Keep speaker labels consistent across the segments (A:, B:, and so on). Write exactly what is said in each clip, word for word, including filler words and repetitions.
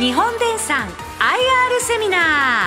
A: 日本電産 アイアール セミナ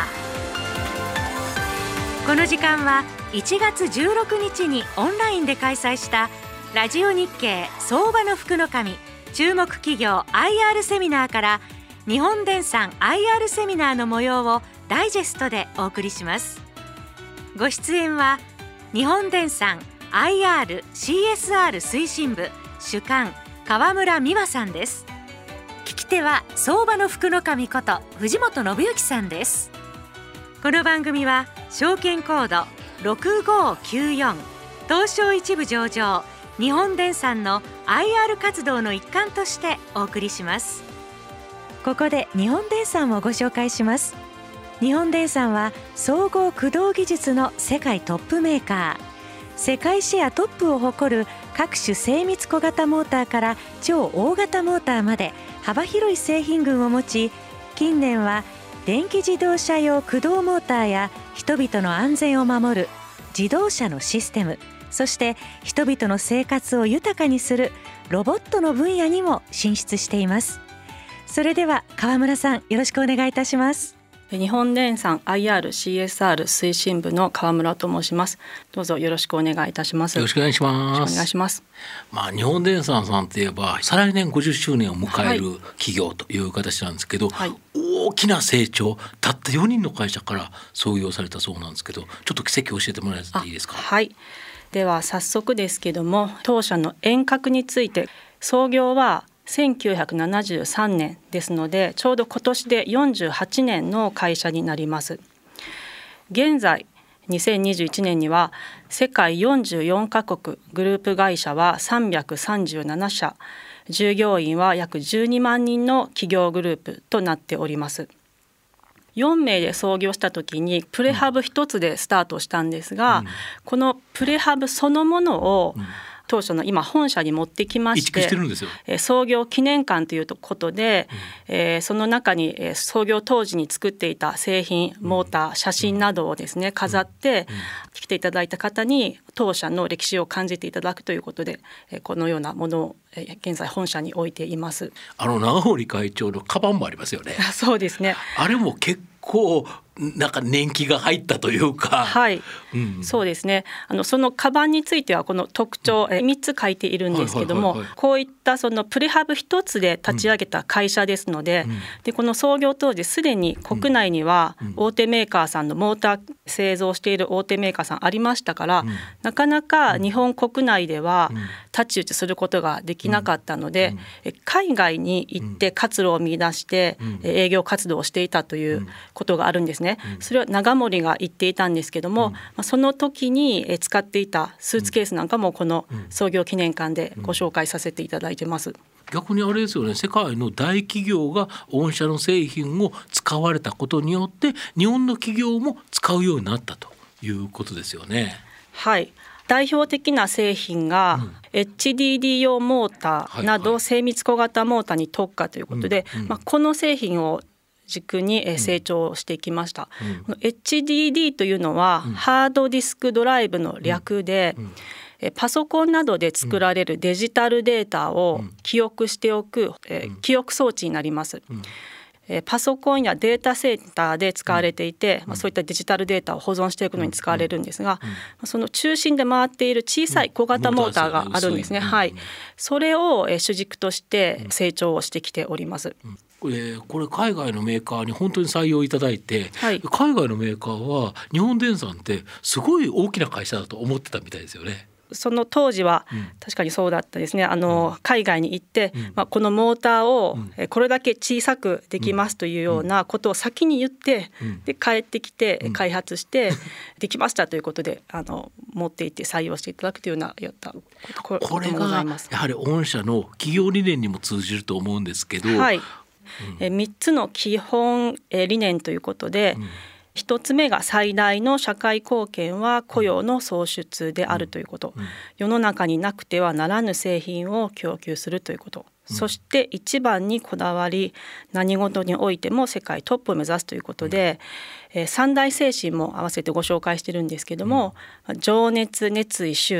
A: ー。この時間はいちがつじゅうろくにちにオンラインで開催したラジオ日経相場の福の神注目企業 アイアール セミナーから日本電産 アイアール セミナーの模様をダイジェストでお送りします。ご出演は日本電産 アイアールシーエスアール 推進部主幹川村美和さんです。聞き手は相場の福の神こと藤本信之さんです。この番組は証券コードろくごきゅうよん東証一部上場日本電産の アイアール 活動の一環としてお送りします。ここで日本電産をご紹介します。日本電産は総合駆動技術の世界トップメーカー、世界シェアトップを誇る各種精密小型モーターから超大型モーターまで幅広い製品群を持ち、近年は電気自動車用駆動モーターや人々の安全を守る自動車のシステム、そして人々の生活を豊かにするロボットの分野にも進出しています。それでは川村さん、よろしくお願いいたします。
B: 日本電産 アイアールシーエスアール 推進部の川村と申します。どうぞよろしくお願いいたします。
C: よろしくお願いします。
B: よろしくお願いします。
C: まあ、日本電産さんといえば再来年ごじゅっしゅうねんを迎える企業という形なんですけど、はい、大きな成長、たったよにんの会社から創業されたそうなんですけど、ちょっと奇跡を教えてもらっていいですか。
B: はい、では早速ですけども、当社の遠隔について、創業はせんきゅうひゃくななじゅうさんねんですので、ちょうど今年でよんじゅうはちねんの会社になります。現在にせんにじゅういちねんには世界よんじゅうよんカ国、グループ会社はさんびゃくさんじゅうななしゃ、従業員は約じゅうにまんにんの企業グループとなっております。よんめいで創業した時にプレハブ一つでスタートしたんですが、うん、このプレハブそのものを、うん当初の今本社に持ってきまして、
C: してるんですよ。
B: 創業記念館ということで、うんえー、その中に創業当時に作っていた製品、モーター、写真などをですね飾って来ていただいた方に当社の歴史を感じていただくということで、このようなものを現在本社に置いています。
C: あの長堀会長のカバンもありますよね。
B: そうですね。
C: あれも結構なんか年季が入ったというか、
B: はい、うん、そうですね。あのそのカバンについてはこの特徴、えみっつ書いているんですけども、はいはいはいはい、こういったそのプレハブ一つで立ち上げた会社ですので、うん、でこの創業当時すでに国内には大手メーカーさんのモーター製造している大手メーカーさんありましたから、うん、なかなか日本国内では太刀打ちすることができなかったので、うん、海外に行って活路を見出して営業活動をしていたということがあるんですね。それは長森が言っていたんですけども、うん、その時に使っていたスーツケースなんかもこの創業記念館でご紹介させていただいてます。
C: 逆にあれですよね、世界の大企業が御社の製品を使われたことによって日本の企業も使うようになったということですよね。
B: はい、代表的な製品が エイチディーディー 用モーターなど精密小型モーターに特化ということで、うんうんまあ、この製品を軸に成長してきました、うん、エイチディーディー というのは、うん、ハードディスクドライブの略で、うんうん、パソコンなどで作られるデジタルデータを記憶しておく、うんえー、記憶装置になります、うんパソコンやデータセンターで使われていて、うんまあ、そういったデジタルデータを保存していくのに使われるんですが、うんうん、その中心で回っている小さい小型モーターがあるんですね、うんはい、それを主軸として成長をしてきております、うん
C: これ、これ海外のメーカーに本当に採用いただいて、はい、海外のメーカーは日本電産ってすごい大きな会社だと思ってたみたいですよね。
B: その当時は確かにそうだったですね。あの海外に行って、まあ、このモーターをこれだけ小さくできますというようなことを先に言って、で帰ってきて開発してできましたということであの持っていって採用していただくというようなやったこともございます。
C: これがやはり御社の企業理念にも通じると思うんですけど、
B: はいうん、みっつの基本理念ということで、うんひとつめが最大の社会貢献は雇用の創出であるということ、うんうん、世の中になくてはならぬ製品を供給するということ、うん、そして一番にこだわり何事においても世界トップを目指すということで、うんえー、三大精神も合わせてご紹介してるんですけども、うん、情熱、熱意、執念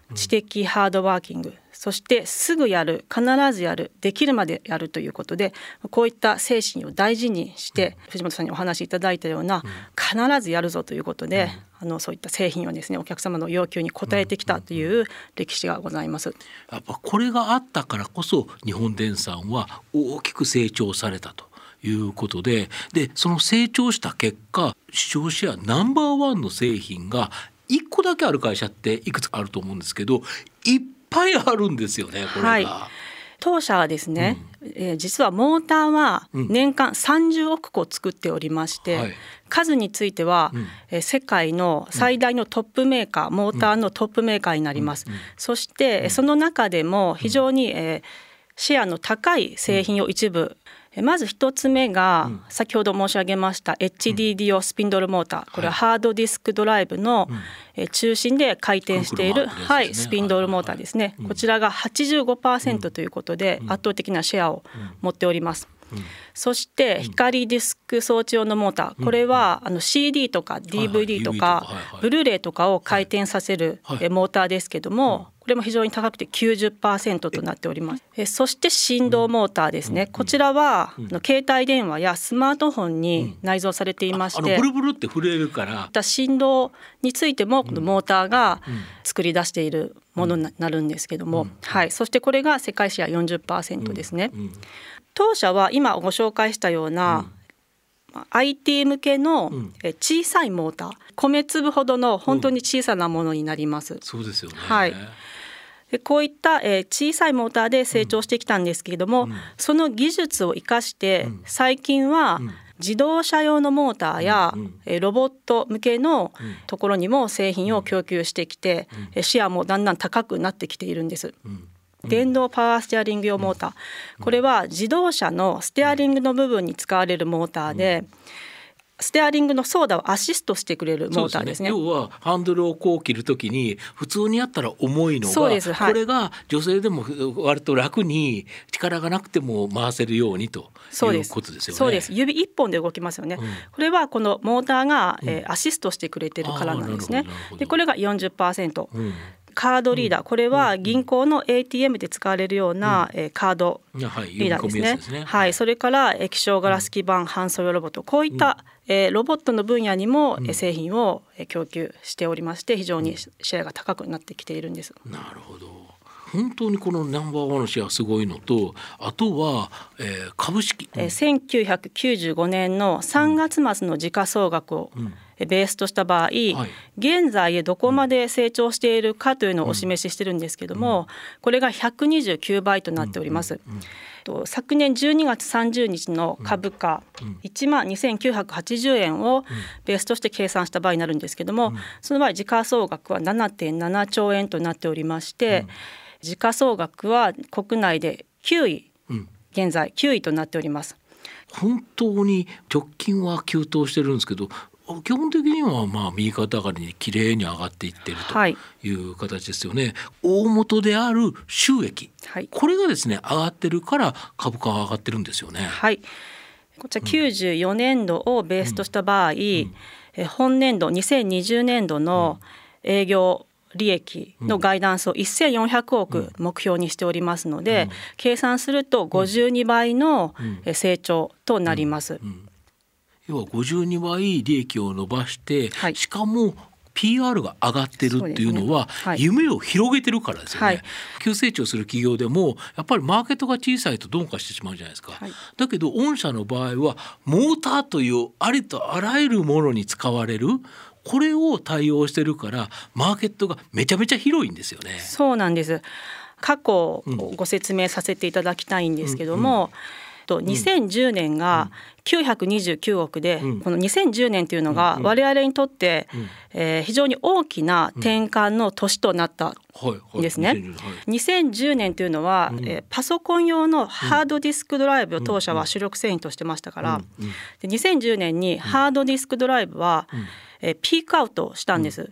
B: 知的ハードワーキング、そしてすぐやる、必ずやる、できるまでやるということで、こういった精神を大事にして、藤本さんにお話しいただいたような、必ずやるぞということで、あのそういった製品をですね、お客様の要求に応えてきたという歴史がございます。
C: やっぱこれがあったからこそ日本電産は大きく成長されたということで、でその成長した結果、市場シェアナンバーワンの製品がいっこだけある会社っていくつかあると思うんですけど、いっぱいあるんですよね、これが。はい、
B: 当社はですね、うんえー、実はモーターは年間さんじゅうおくこ作っておりまして、うんはい、数については、うんえー、世界の最大のトップメーカー、うん、モーターのトップメーカーになります。うんうん、そして、うん、その中でも非常に、えー、シェアの高い製品を一部、うん、まず一つ目が先ほど申し上げました エイチディーディー 用スピンドルモーター、これはハードディスクドライブの中心で回転している、はい、スピンドルモーターですね。こちらが はちじゅうごパーセント ということで圧倒的なシェアを持っております。そして光ディスク装置用のモーター、これはあの シーディー とか ディーブイディー とかブルーレイとかを回転させるモーターですけども、これも非常に高くて きゅうじゅっパーセント となっております。えそして振動モーターですね。こちらはあの携帯電話やスマートフォンに内蔵されていまして、
C: あのブルブルって震えるから
B: 振動についてもこのモーターが作り出しているものになるんですけども、はい、そしてこれが世界シェア よんじゅっパーセント ですね。当社は今ご紹介したような、うん、アイティー 向けの小さいモーター、米粒ほどの本当に小さなものになります。
C: うん、そうですよね。
B: はい、でこういった小さいモーターで成長してきたんですけれども、うん、その技術を生かして最近は自動車用のモーターやロボット向けのところにも製品を供給してきて、シェアもだんだん高くなってきているんです。うん電動パワーステアリング用モーター、これは自動車のステアリングの部分に使われるモーターで、ステアリングの操作をアシストしてくれるモーターですね。
C: 要はハンドルをこう切るときに普通にやったら重いのが、そうです、はい、これが女性でも割と楽に力がなくても回せるようにということですよね。
B: そうです、指一本で動きますよね。うん、これはこのモーターが、えー、アシストしてくれてるからなんですね。でこれが よんじゅっパーセント、うんカードリーダー、これは銀行の エーティーエム で使われるような、うん、カードリーダーですね。ですねはい、それから液晶ガラス基板搬送用ロボット、こういった、うんえー、ロボットの分野にも、うん、製品を供給しておりまして、非常にシェアが高くなってきているんです。
C: なるほど。本当にこのナンバーワンのシェアすごいのと、あとは、えー、株式、
B: えー、せんきゅうひゃくきゅうじゅうごねんのさんがつ末の時価総額を、うんベースとした場合、はい、現在どこまで成長しているかというのをお示ししてるんですけども、うん、これがひゃくにじゅうきゅうばいとなっております。うんうんうん、昨年じゅうにがつさんじゅうにちの株価、うん、いちまんにせんきゅうひゃくはちじゅうえんをベースとして計算した場合になるんですけども、うん、その場合時価総額は ななてんななちょうえんとなっておりまして、うん、時価総額は国内できゅうい、うん、現在きゅういとなっております。
C: 本当に直近は急騰してるんですけど、基本的にはまあ右肩上がりにきれいに上がっていっているという形ですよね。はい、大元である収益、はい、これがですね上がってるから株価が上がってるんですよね。
B: はい、こちらきゅうじゅうよねんどをベースとした場合、うんうんえ本年度にせんにじゅうねんどの営業利益のガイダンスをせんよんひゃくおく目標にしておりますので、うん、計算するとごじゅうにばいの成長となります。うんうんうん
C: 要はごじゅうにばい利益を伸ばして、はい、しかも ピーアール が上がってるっていうのは、ねはい、夢を広げてるからですよね。はい、急成長する企業でもやっぱりマーケットが小さいと鈍化してしまうじゃないですか。はい、だけど御社の場合はモーターというありとあらゆるものに使われるこれを対応してるからマーケットがめちゃめちゃ広いんですよね。
B: そうなんです。過去をご説明させていただきたいんですけども、うんうんにせんじゅうねんがきゅうひゃくにじゅうきゅうおくで、うん、このにせんじゅうねんというのが我々にとって、うんえー、非常に大きな転換の年となったんですね。にせんじゅうねんというのは、うんえー、パソコン用のハードディスクドライブを当社は主力製品としてましたから、うんうん、でにせんじゅうねんにハードディスクドライブは、うんえー、ピークアウトしたんです。うんうん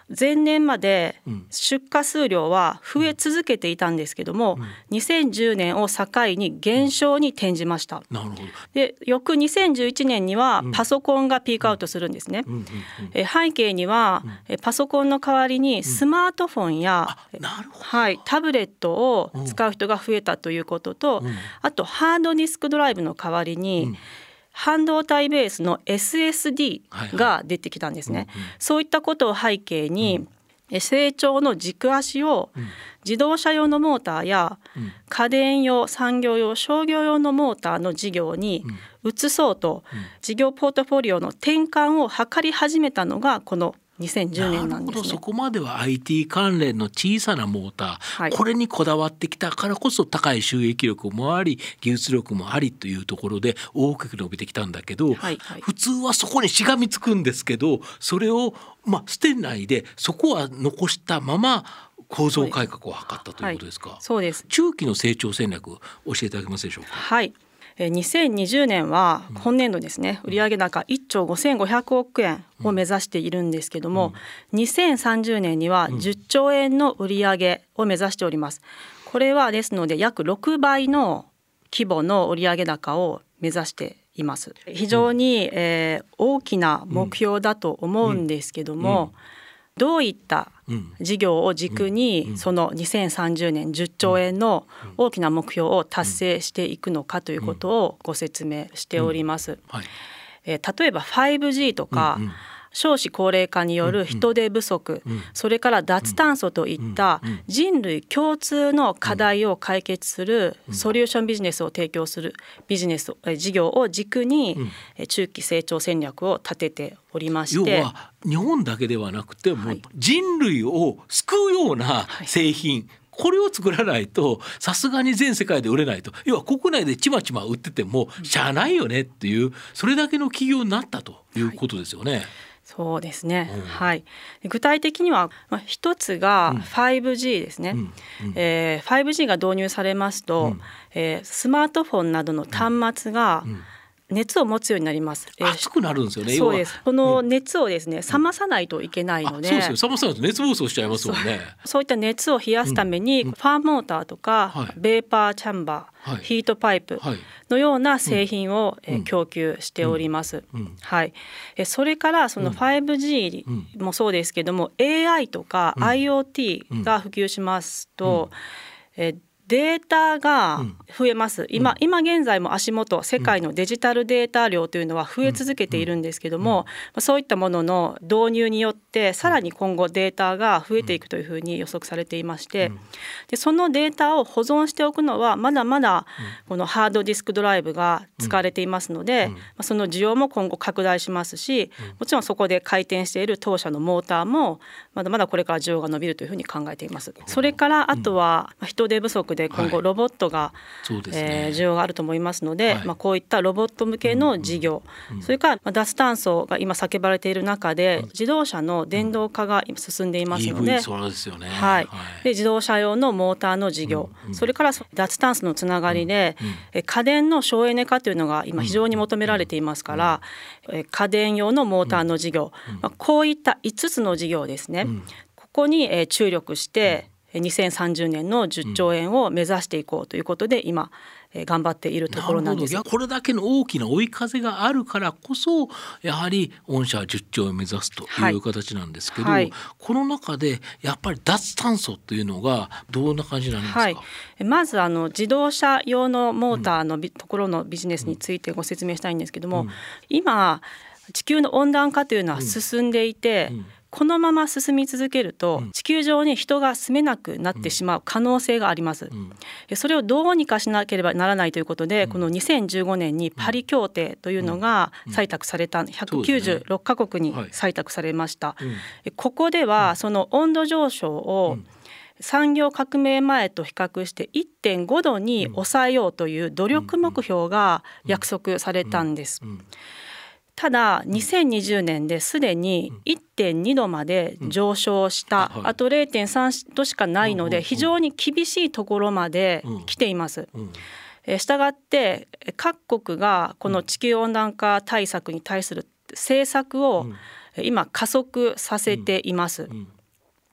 B: 前年まで出荷数量は増え続けていたんですけども、にせんじゅうねんを境に減少に転じました。
C: なるほど。
B: で翌にせんじゅういちねんにはパソコンがピークアウトするんですね。え背景にはパソコンの代わりにスマートフォンや、はい、タブレットを使う人が増えたということと、あとハードディスクドライブの代わりに半導体ベースの エスエスディー が出てきたんですね。そういったことを背景に成長の軸足を自動車用のモーターや家電用、産業用、商業用のモーターの事業に移そうと事業ポートフォリオの転換を図り始めたのがこのにせんじゅうねんなんですね。
C: なるほど。そこまでは アイティー 関連の小さなモーター、はい、これにこだわってきたからこそ高い収益力もあり技術力もありというところで大きく伸びてきたんだけど、はいはい、普通はそこにしがみつくんですけど、それをまあ捨てないでそこは残したまま構造改革を図ったということですか。はい、
B: そうです。
C: 中期の成長戦略教えていただけますでしょうか。
B: はい、にせんにじゅうねんは今年度ですね、売上高いっちょうごせんごひゃくおくえんを目指しているんですけども、にせんさんじゅうねんにはじゅっちょうえんの売上を目指しております。これはですので約ろくばいの規模の売上高を目指しています。非常に、えー、大きな目標だと思うんですけども、どういった事業を軸にそのにせんさんじゅうねんじゅっちょうえんの大きな目標を達成していくのかということをご説明しております。えー、例えば ファイブジー とか少子高齢化による人手不足、それから脱炭素といった人類共通の課題を解決するソリューションビジネスを提供するビジネス事業を軸に中期成長戦略を立てておりまして、
C: 要は日本だけではなくてもう人類を救うような製品、はい、これを作らないとさすがに全世界で売れないと。要は国内でちまちま売っててもしゃあないよねっていう、それだけの企業になったということですよね。はい、
B: そうですね、うん、はい、具体的には、まあ、一つが ファイブジー ですね。うんうんえー、ファイブジー が導入されますと、うんえー、スマートフォンなどの端末が、うんうん熱を持つようになります。
C: 熱くなるんですよね。
B: そうです。この熱をですね、冷まさないといけないので、
C: うん、そうですよ。冷まさないと熱暴走しちゃいますもんね。
B: そう、そういった熱を冷やすために、うん、ファンモーターとか、はい、ベーパーチャンバー、はい、ヒートパイプのような製品を、はい、え供給しております。うんうんはい、えそれからその ファイブジー もそうですけども、エーアイ とか アイオーティー が普及しますと、うんえデータが増えます。今、うん、今現在も足元世界のデジタルデータ量というのは増え続けているんですけども、うん、そういったものの導入によってさらに今後データが増えていくというふうに予測されていまして、でそのデータを保存しておくのはまだまだこのハードディスクドライブが使われていますので、その需要も今後拡大しますし、もちろんそこで回転している当社のモーターもまだまだこれから需要が伸びるというふうに考えています。それからあとは人手不足で今後ロボットが、はいそうですねえー、需要があると思いますので、はいまあ、こういったロボット向けの事業、うんうん、それから、まあ、脱炭素が今叫ばれている中で、うん、自動車の電動化が今進んでいますので、イーブイ そうですよね、はいはい、で自動車用のモーターの事業、うんうん、それから脱炭素のつながりで、うんうん、え家電の省エネ化というのが今非常に求められていますから、うんうん、え家電用のモーターの事業、うんまあ、こういったいつつの事業ですね、うん、ここに、え注力してにせんさんじゅうねんのじゅっちょうえんを目指していこうということで今、えー、頑張っているところなんです。
C: なるほど。これだけの大きな追い風があるからこそやはり御社はじゅっちょうえん目指すという形なんですけど、はいはい、この中でやっぱり脱炭素というのがどんな感じになりますか。はい、
B: まずあの自動車用のモーターの、うん、ところのビジネスについてご説明したいんですけども、うん、今地球の温暖化というのは進んでいて、うんうんこのまま進み続けると地球上に人が住めなくなってしまう可能性があります。それをどうにかしなければならないということで、このにせんじゅうごねんにパリ協定というのが採択されたひゃくきゅうじゅうろっかこくに採択されました。ここではその温度上昇を産業革命前と比較して いってんごどに抑えようという努力目標が約束されたんです。ただにせんにじゅうねんですでに いってんにどまで上昇した、あと れいてんさんどしかないので非常に厳しいところまで来ています。したがって各国がこの地球温暖化対策に対する政策を今加速させています。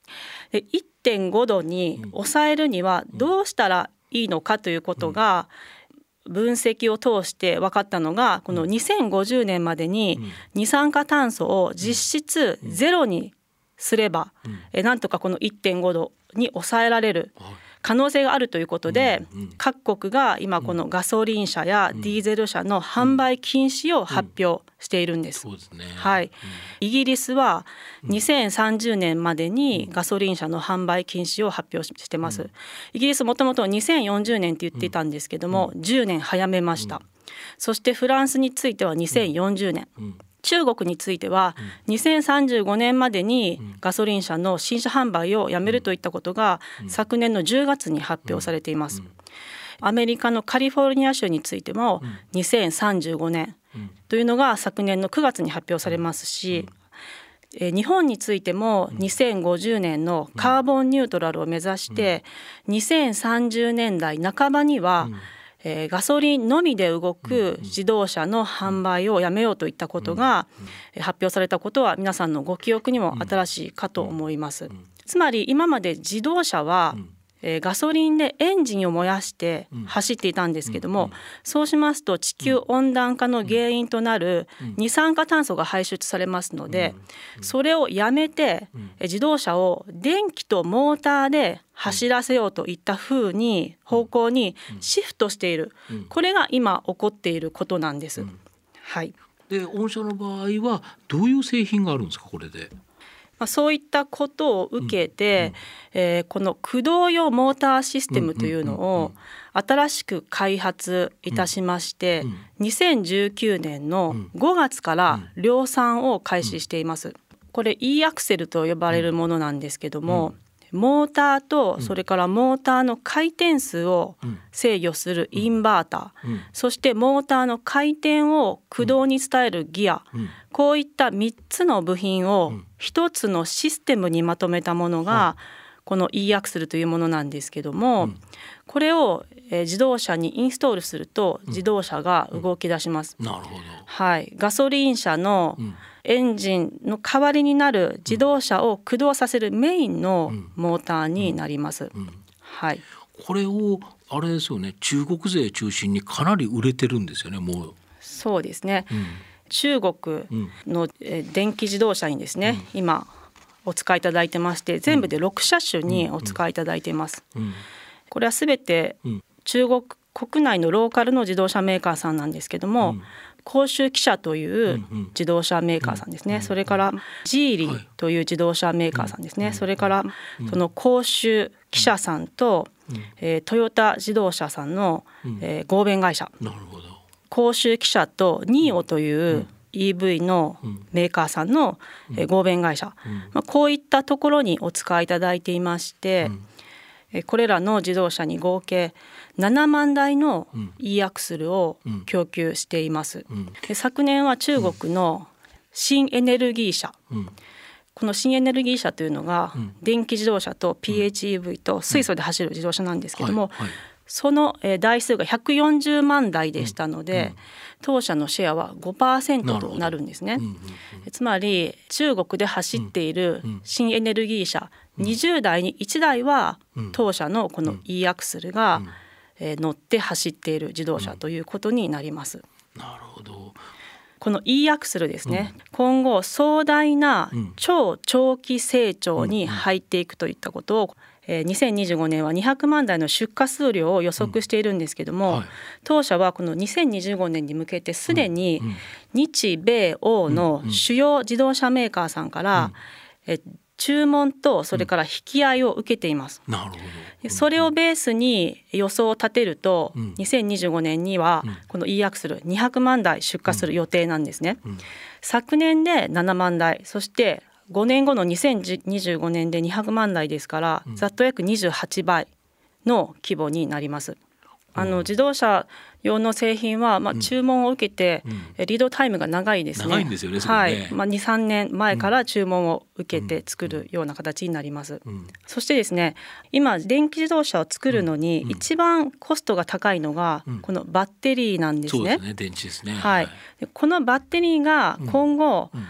B: で いってんご 度に抑えるにはどうしたらいいのかということが分析を通して分かったのが、このにせんごじゅうねんまでに二酸化炭素を実質ゼロにすれば、えなんとかこの いってんご 度に抑えられる可能性があるということで、各国が今このガソリン車やディーゼル車の販売禁止を発表しているんです。
C: そうですね。
B: はい。イギリスはにせんさんじゅうねんまでにガソリン車の販売禁止を発表してます。イギリスもともとにせんよんじゅうねんって言っていたんですけども、じゅうねん早めました。そしてフランスについてはにせんよんじゅうねん、中国についてはにせんさんじゅうごねんまでにガソリン車の新車販売をやめるといったことが昨年のじゅうがつに発表されています。アメリカのカリフォルニア州についてもにせんさんじゅうごねんというのが昨年のくがつに発表されますし、日本についてもにせんごじゅうねんのカーボンニュートラルを目指してにせんさんじゅうねんだいなかばにはえー、ガソリンのみで動く自動車の販売をやめようといったことが発表されたことは皆さんのご記憶にも新しいかと思います。つまり今まで自動車はえー、ガソリンでエンジンを燃やして走っていたんですけども、そうしますと地球温暖化の原因となる二酸化炭素が排出されますので、それをやめて自動車を電気とモーターで走らせようといった風に方向にシフトしている、これが今起こっていることなんです。はい。
C: で御社の場合はどういう製品があるんですか、これで。
B: そういったことを受けて、うんうんえー、この駆動用モーターシステムというのを新しく開発いたしまして、うんうん、にせんじゅうきゅうねんのごがつから量産を開始しています。これ E アクセルと呼ばれるものなんですけども、うん、モーターとそれからモーターの回転数を制御するインバーター、うん、そしてモーターの回転を駆動に伝えるギア、うん、こういったみっつの部品を一つのシステムにまとめたものがこの E アクセルというものなんですけども、これを自動車にインストールすると自動車が動き出します。
C: なるほど。
B: はい、ガソリン車のエンジンの代わりになる自動車を駆動させるメインのモーターになります。はい。
C: これをあれですよね、中国勢中心にかなり売れてるんですよね、もう。
B: そうですね。うん、中国の電気自動車にですね、うん、今お使いいただいてまして、全部でろくしゃしゅにお使いいただいています。うんうん、これはすべて中国国内のローカルの自動車メーカーさんなんですけども、うん、広州汽車という自動車メーカーさんですね、うんうん、それからジーリーという自動車メーカーさんですね、はい、それからその広州汽車さんと、うんえー、トヨタ自動車さんの、えー、合弁会社、
C: なるほど。
B: 広州汽車とニーオという イーブイ のメーカーさんの合弁会社、まあ、こういったところにお使いいただいていまして、これらの自動車に合計ななまんだいの E アクセルを供給しています。で昨年は中国の新エネルギー車、この新エネルギー車というのが電気自動車と ピーエイチイーブイ と水素で走る自動車なんですけども、その台数がひゃくよんじゅうまんだいでしたので、うんうん、当社のシェアは ごパーセント となるんですね。うんうんうん、つまり中国で走っている新エネルギー車、うん、にじゅうだいにいちだいは当社のこの E アクセルが、うんえー、乗って走っている自動車ということになります。
C: うん、なるほど。
B: この E アクセルですね、うん、今後壮大な超長期成長に入っていくといったことを、えー、にせんにじゅうごねんはにひゃくまんだいの出荷数量を予測しているんですけども、うんはい、当社はこのにせんにじゅうごねんに向けてすでに日米欧の主要自動車メーカーさんから、うんえー注文とそれから引き合いを受けています。
C: なるほど。
B: それをベースに予想を立てると、うん、にせんにじゅうごねんにはこの E アクセルにひゃくまんだい出荷する予定なんですね。うんうん、昨年でななまんだい、そしてごねんごのにせんにじゅうごねんでにひゃくまんだいですから、うん、ざっと約にじゅうはちばいの規模になります。あの自動車用の製品は、まあ、注文を受けて、うん、リードタイムが長いですね。
C: 長いんですよね、それね。
B: はいまあ、にさんねんまえから注文を受けて作るような形になります。うん、そしてですね、今電気自動車を作るのに一番コストが高いのがこのバッテリーなんですね。
C: そうですね、電池ですね。
B: はい、このバッテリーが今後、うんうん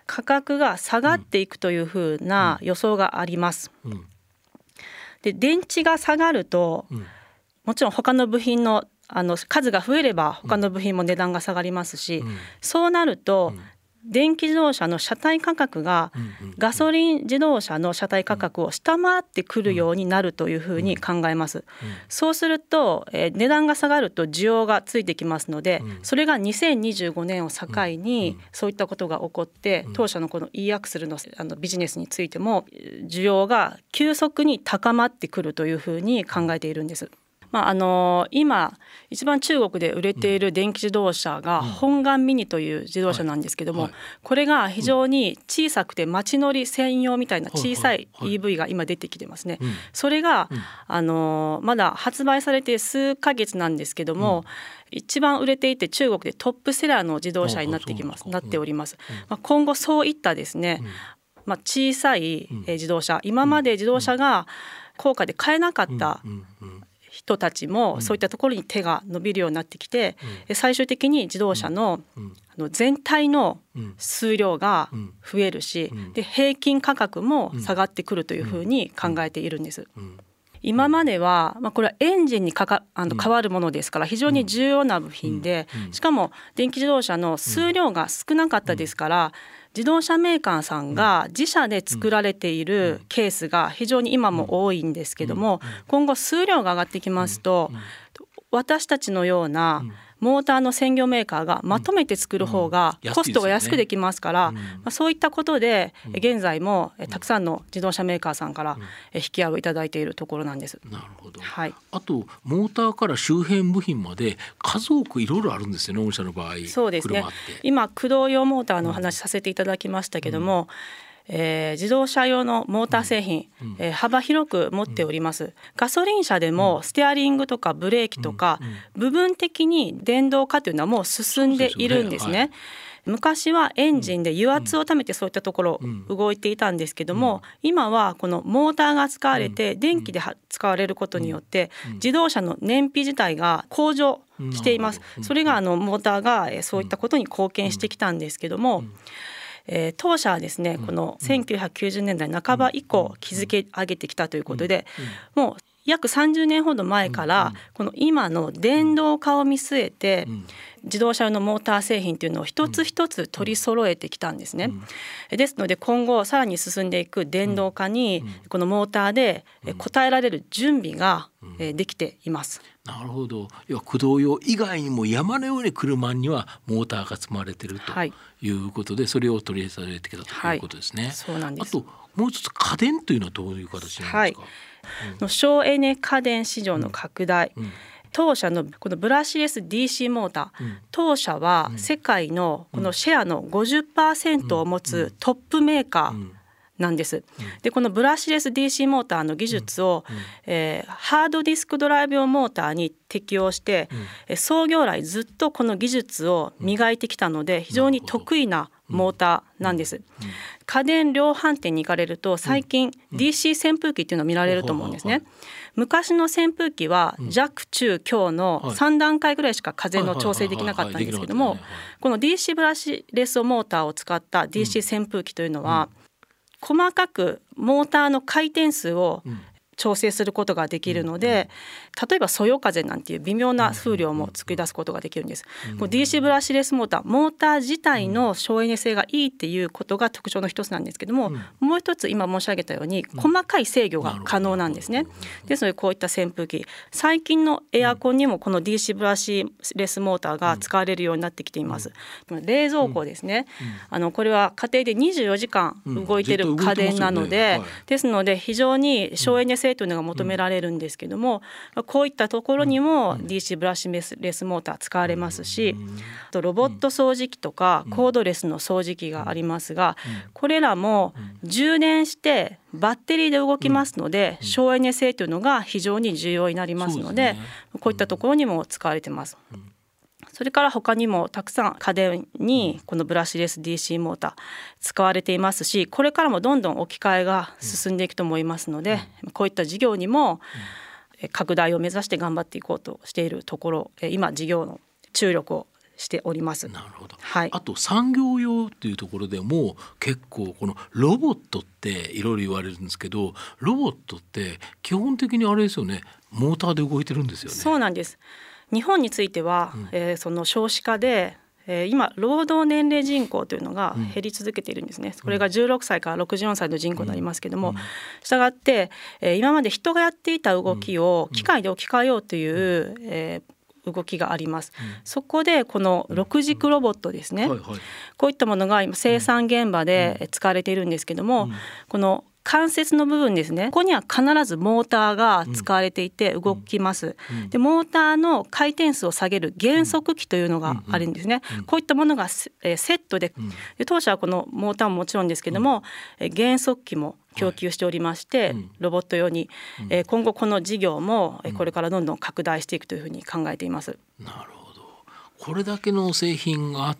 B: 価格が下がっていくというふうな予想があります。
C: うんうん、
B: で電池が下がると、うん、もちろん他の部品のあの数が増えれば他の部品も値段が下がりますし、うん、そうなると、うん、電気自動車の車体価格がガソリン自動車の車体価格を下回ってくるようになるというふうに考えます。そうすると、えー、値段が下がると需要がついてきますので、それがにせんにじゅうごねんを境にそういったことが起こって、当社のこの e アクセルの、あのビジネスについても需要が急速に高まってくるというふうに考えているんです。まあ、あの今一番中国で売れている電気自動車が本願ミニという自動車なんですけども、
C: はいはい、
B: これが非常に小さくて街乗り専用みたいな小さい イーブイ が今出てきてますね、はいはいはい、それが、うん、あのまだ発売されて数ヶ月なんですけども、うん、一番売れていて中国でトップセラーの自動車になってきます、なっております、うんまあ、今後そういったですね、うんまあ、小さい自動車、今まで自動車が高価で買えなかった人たちもそういったところに手が伸びるようになってきて、うん、最終的に自動車 の,、うん、あの全体の数量が増えるし、うん、で平均価格も下がってくるというふうに考えているんです、うんうん、今までは、まあ、これはエンジンにかかあの変わるものですから非常に重要な部品で、しかも電気自動車の数量が少なかったですから、自動車メーカーさんが自社で作られているケースが非常に今も多いんですけども、今後数量が上がってきますと、私たちのようなモーターの専業メーカーがまとめて作る方がコストが安くできますから、まあ、そういったことで現在もたくさんの自動車メーカーさんから引き合いをいただいているところなんです。
C: なるほど、
B: はい、
C: あとモーターから周辺部品まで数多くいろいろあるんですよね、御社の場合。
B: そうですね、今駆動用モーターのお話させていただきましたけども、うんえー、自動車用のモーター製品、うんえー、幅広く持っております。ガソリン車でもステアリングとかブレーキとか、部分的に電動化というのはもう進んでいるんですね。昔はエンジンで油圧をためてそういったところ動いていたんですけども、今はこのモーターが使われて電気で使われることによって自動車の燃費自体が向上しています。それがあのモーターがそういったことに貢献してきたんですけども、えー、当社はですね、このせんきゅうひゃくきゅうじゅうねんだいなかば以降築き上げてきたということで、もう約さんじゅうねんほど前からこの今の電動化を見据えて自動車用のモーター製品というのを一つ一つ取り揃えてきたんですね。ですので今後さらに進んでいく電動化にこのモーターで応えられる準備ができています。
C: なるほど。いや駆動用以外にも山のように車にはモーターが積まれているということで、はい、それを取り入れてきたということですね。
B: はい、そうなんです。
C: あともう一つ家電というのはどういう形なんですか。はい
B: うん、省エネ家電市場の拡大、うんうん、当社のこのブラシレス ディーシー モーター、うん、当社は世界のこのシェアの ごじゅっパーセント を持つトップメーカーなんです。でこのブラシレス ディーシー モーターの技術を、うんえー、ハードディスクドライブ用モーターに適用して、うん、創業来ずっとこの技術を磨いてきたので非常に得意なモーターなんです。家電量販店に行かれると最近 ディーシー 扇風機っていうのを見られると思うんですね。昔の扇風機は弱中強のさんだんかいぐらいしか風の調整できなかったんですけども、この ディーシー ブラシレスモーターを使った ディーシー 扇風機というのは細かくモーターの回転数を調整することができるので、例えばそよ風なんていう微妙な風量も作り出すことができるんです。この ディーシー ブラシレスモーター、モーター自体の省エネ性がいいっていうことが特徴の一つなんですけども、もう一つ今申し上げたように細かい制御が可能なんですね。ですのでこういった扇風機、最近のエアコンにもこの ディーシー ブラシレスモーターが使われるようになってきています。冷蔵庫ですね、あのこれは家庭でにじゅうよじかん動いている家電なので、ですので非常に省エネ性というのが求められるんですけども、こういったところにも ディーシー ブラシレスモーター使われますし、あとロボット掃除機とかコードレスの掃除機がありますが、これらも充電してバッテリーで動きますので省エネ性というのが非常に重要になりますので、こういったところにも使われています。それから他にもたくさん家電にこのブラシレス ディーシー モーター使われていますし、これからもどんどん置き換えが進んでいくと思いますので、こういった事業にも拡大を目指して頑張っていこうとしているところ、今事業の注力をしております。
C: なるほど、
B: はい、
C: あと産業用っていうところでも結構このロボットっていろいろ言われるんですけど、ロボットって基本的にあれですよね、モーターで動いてるんですよね。
B: そうなんです。日本については、うんえー、その少子化でえー、今労働年齢人口というのが減り続けているんですね、うん、これがじゅうろくさいからろくじゅうよんさいの人口になりますけども、うん、したがって、えー、今まで人がやっていた動きを機械で置き換えようという、うんえー、動きがあります、うん、そこでこの六軸ロボットですね、うんはいはい、こういったものが今生産現場で使われているんですけども、うん、この関節の部分ですね、ここには必ずモーターが使われていて動きます、うんうん、でモーターの回転数を下げる減速器というのがあるんですね、うんうん、こういったものがセット で,、うん、で当社はこのモーターももちろんですけども、うん、減速器も供給しておりまして、はい、ロボット用に、うん、今後この事業もこれからどんどん拡大していくというふうに考えています。
C: なるほど。これだけの製品があって、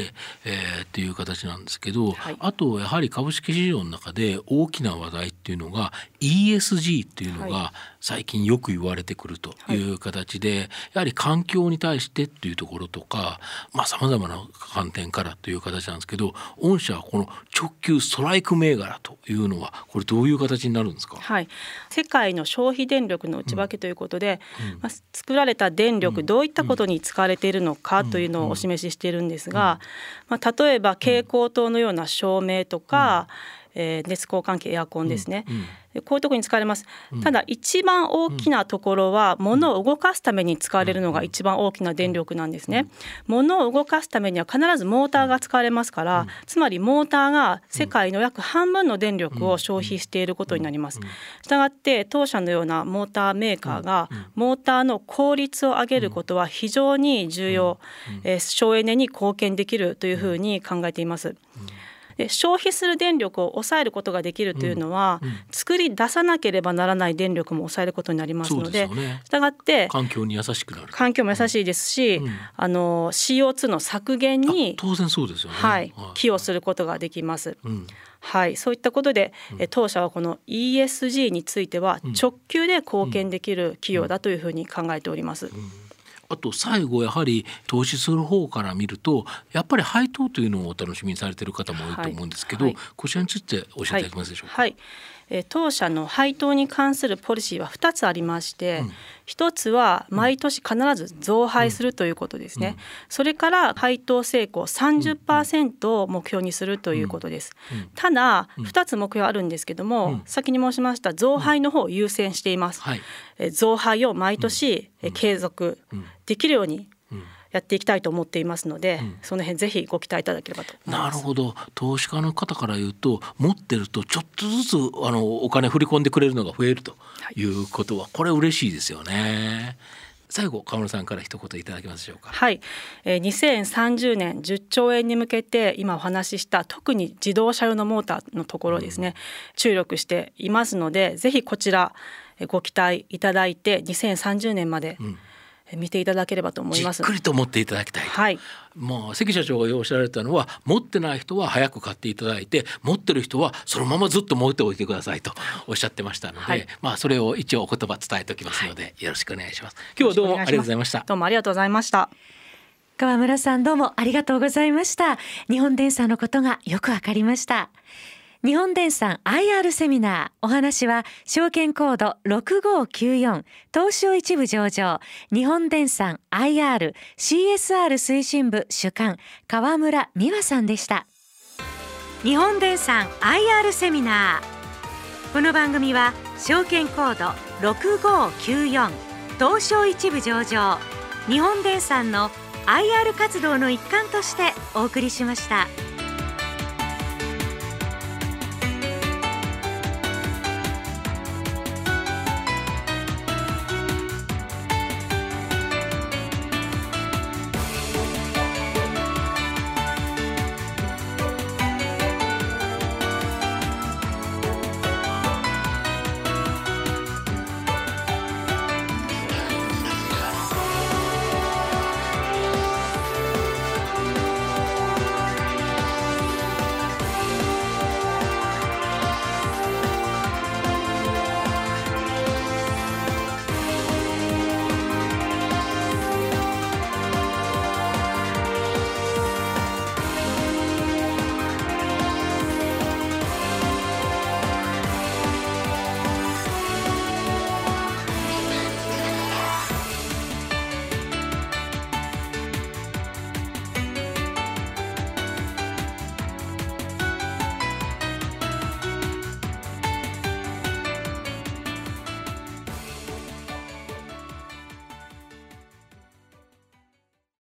C: えー、っていう形なんですけど、はい、あとやはり株式市場の中で大きな話題っていうのが イーエスジー っていうのが最近よく言われてくるという形で、はい、やはり環境に対してっていうところとかさまざ、まな観点からという形なんですけど、御社はこの直球ストライク銘柄というのはこれどういう形になるんですか？
B: はい、世界の消費電力の内訳ということで、うんまあ、作られた電力、うん、どういったことに使われているのかというのをお示ししているんですが、まあ、例えば蛍光灯のような照明とか、うんえー、熱交換器エアコンですね、うんうん、こういうところに使われます、うん、ただ一番大きなところは物を動かすために使われるのが一番大きな電力なんですね。物を動かすためには必ずモーターが使われますから、うん、つまりモーターが世界の約半分の電力を消費していることになります。したがって当社のようなモーターメーカーがモーターの効率を上げることは非常に重要、えー、省エネに貢献できるというふうに考えています。で消費する電力を抑えることができるというのは、うんうん、作り出さなければならない電力も抑えることになりますので、したがって
C: 環境に優しくなる、
B: 環境も優しいですし、うん、あの シーオーツー の削減に
C: 当然そうですよね、
B: はい、寄与することができます、うんはい、そういったことで、うん、当社はこの イーエスジー については直球で貢献できる企業だというふうに考えております、うんうんうん。
C: あと最後やはり投資する方から見るとやっぱり配当というのをお楽しみにされている方も多いと思うんですけど、はいはい、こちらについて教えていただけますでしょうか？
B: はいはいえー、当社の配当に関するポリシーはふたつありまして、うん、ひとつは毎年必ず増配するということですね、うん、それから配当成功 さんじゅっパーセント を目標にするということです、うんうん、ただふたつ目標あるんですけども、うん、先に申しました増配の方を優先しています、うんはいえー、増配を毎年、うん、継続できるようにやっていきたいと思っていますので、うん、その辺ぜひご期待いただければと思います。
C: なるほど。投資家の方から言うと持ってるとちょっとずつあのお金振り込んでくれるのが増えるということは、はい、これ嬉しいですよね。最後川村さんから一言いただけますでしょうか？
B: はい、えー、にせんさんじゅうねんじゅっちょうえんに向けて今お話しした特に自動車用のモーターのところですね、うん、注力していますのでぜひこちらご期待いただいてにせんさんじゅうねんまで、うん見ていただければと思います。
C: じっくりと持っていただきたいと、はい、もう関社長がおっしゃられたのは持ってない人は早く買っていただいて持ってる人はそのままずっと持っておいてくださいとおっしゃってましたので、はいまあ、それを一応お言葉伝えておきますので、はい、よろしくお願いします。今日はどうもありがとうございました。
B: どうもありがとうございました。
A: 川村さんどうもありがとうございました。日本電産のことがよくわかりました。日本電産 アイアール セミナー、お話は証券コードろくごきゅうよん東証一部上場日本電産 アイアール シーエスアール 推進部主幹川村美和さんでした。日本電産 アイアール セミナー、この番組は証券コードろくごきゅうよん東証一部上場日本電産の アイアール 活動の一環としてお送りしました。